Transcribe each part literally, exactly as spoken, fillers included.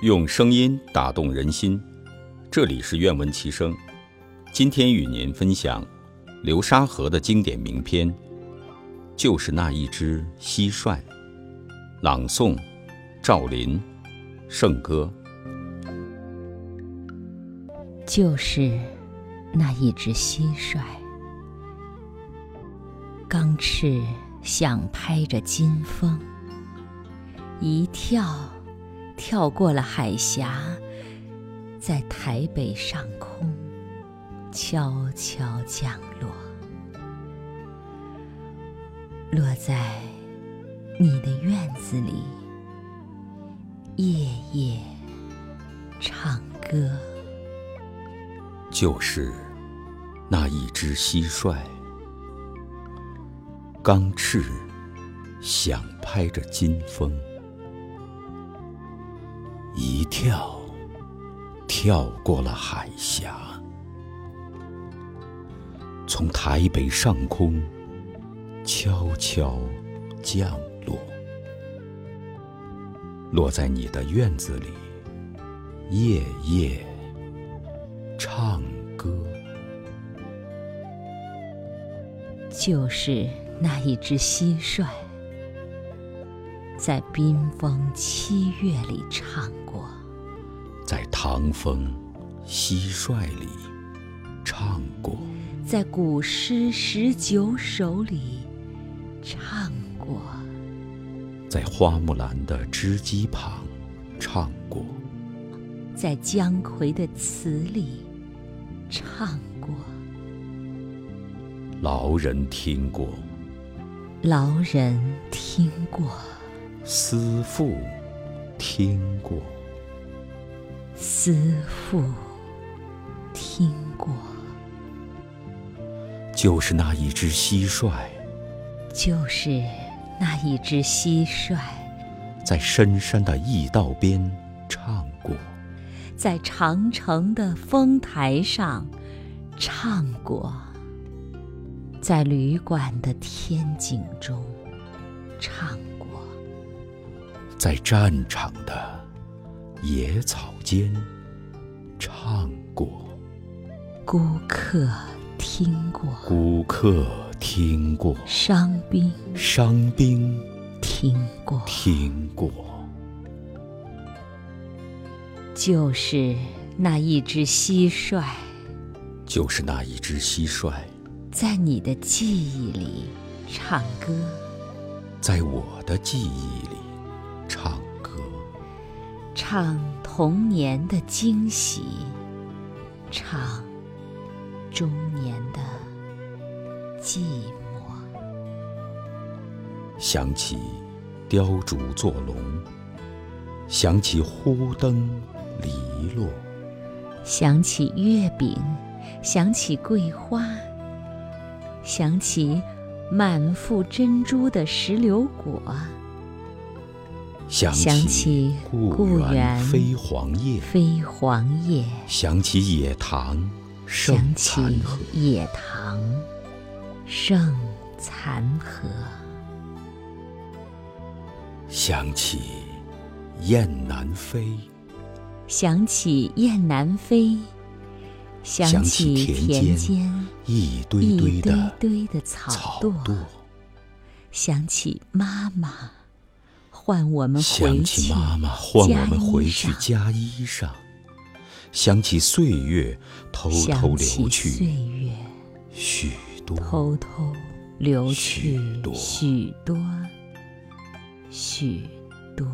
用声音打动人心，这里是愿闻其声。今天与您分享流沙河的经典名篇，就是那一只蟋蟀。朗诵：赵林，圣歌。 就是那一只蟋蟀，钢翅想拍着金风，一跳跳过了海峡，在台北上空悄悄降落，落在你的院子里，夜夜唱歌。 就是那一只蟋蟀，钢翅想拍着金风，一跳跳过了海峡，从台北上空悄悄降落，落在你的院子里，夜夜唱歌。 就是那一只蟋蟀，在冰封七月里唱过， 在唐风蟋蟀里唱过， 在古诗十九首里唱过， 在花木兰的织机旁唱过， 在姜夔的词里唱过。 劳人听过， 劳人听过， 思妇听过， 思妇听过。 就是那一只蟋蟀， 就是那一只蟋蟀， 在深山的驿道边唱过， 在长城的烽台上唱过，在旅馆的天井中唱过， 在战场的野草间唱过。 孤客听过， 孤客听过， 伤兵伤兵听过， 听过。 就是那一只蟋蟀， 就是那一只蟋蟀， 在你的记忆里唱歌， 在我的记忆里唱歌， 唱童年的惊喜，唱中年的寂寞。 想起雕烛坐龙，想起忽灯篱落， 想起月饼，想起桂花，想起满腹珍珠的石榴果， 想想起起故故园园飞黄叶， 飞黄叶， 想起野塘盛想起残荷， 野塘盛残荷， 想起雁南飞， 想起雁南飞，想想起起田田间间一堆一堆堆的堆的草垛， 草垛， 想起妈妈唤我们回想去起妈妈唤我们回去加衣加衣裳，想起岁月偷裳， 偷想起流去岁月许多偷偷流去许多许多许多。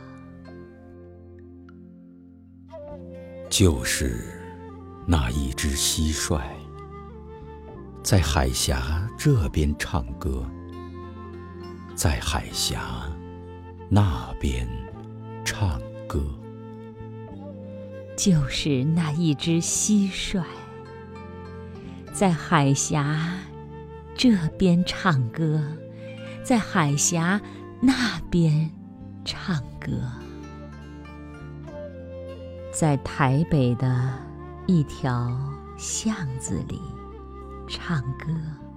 就是那一只蟋蟀，在海峡这边唱歌，在海峡那边唱歌。 就是那一只蟋蟀，在海峡这边唱歌，在海峡那边唱歌。在台北的一条巷子里唱歌，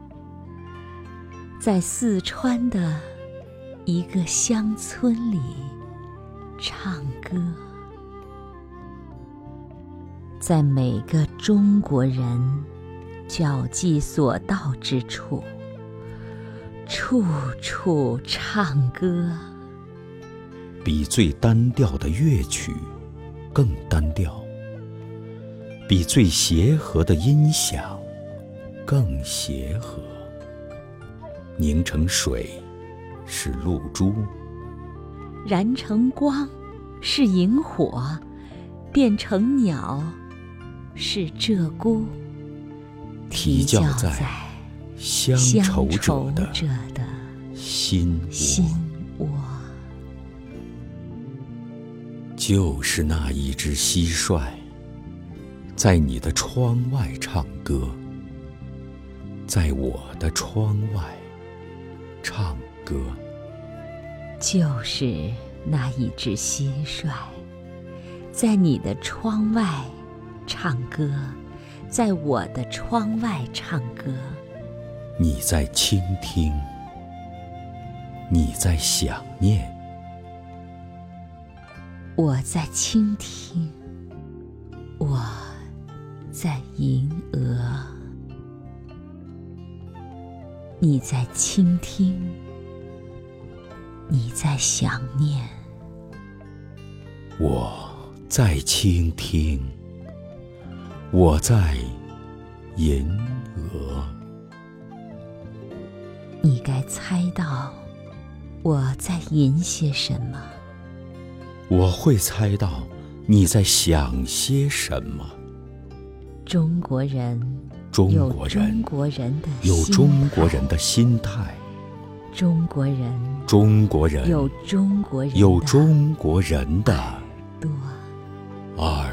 在四川的一个乡村里唱歌。 在每个中国人脚迹所到之处，处处唱歌， 比最单调的乐曲更单调，比最协和的音响更协和。凝成水是露珠， 燃成光是萤火，变成鸟是鹧鸪， 啼叫在乡愁者的心窝。就是那一只蟋蟀，在你的窗外唱歌，在我的窗外唱歌。 就是那一只蟋蟀，在你的窗外唱歌，在我的窗外唱歌。 你在倾听，你在想念， 我在倾听，我在吟额。你在倾听，你在想念， 我在倾听，我在吟额。 你该猜到我在吟些什么， 我会猜到你在想些什么。 中国人中国人有中国人的有中国人的心态， 中国人中国人有中国人有中国人的多耳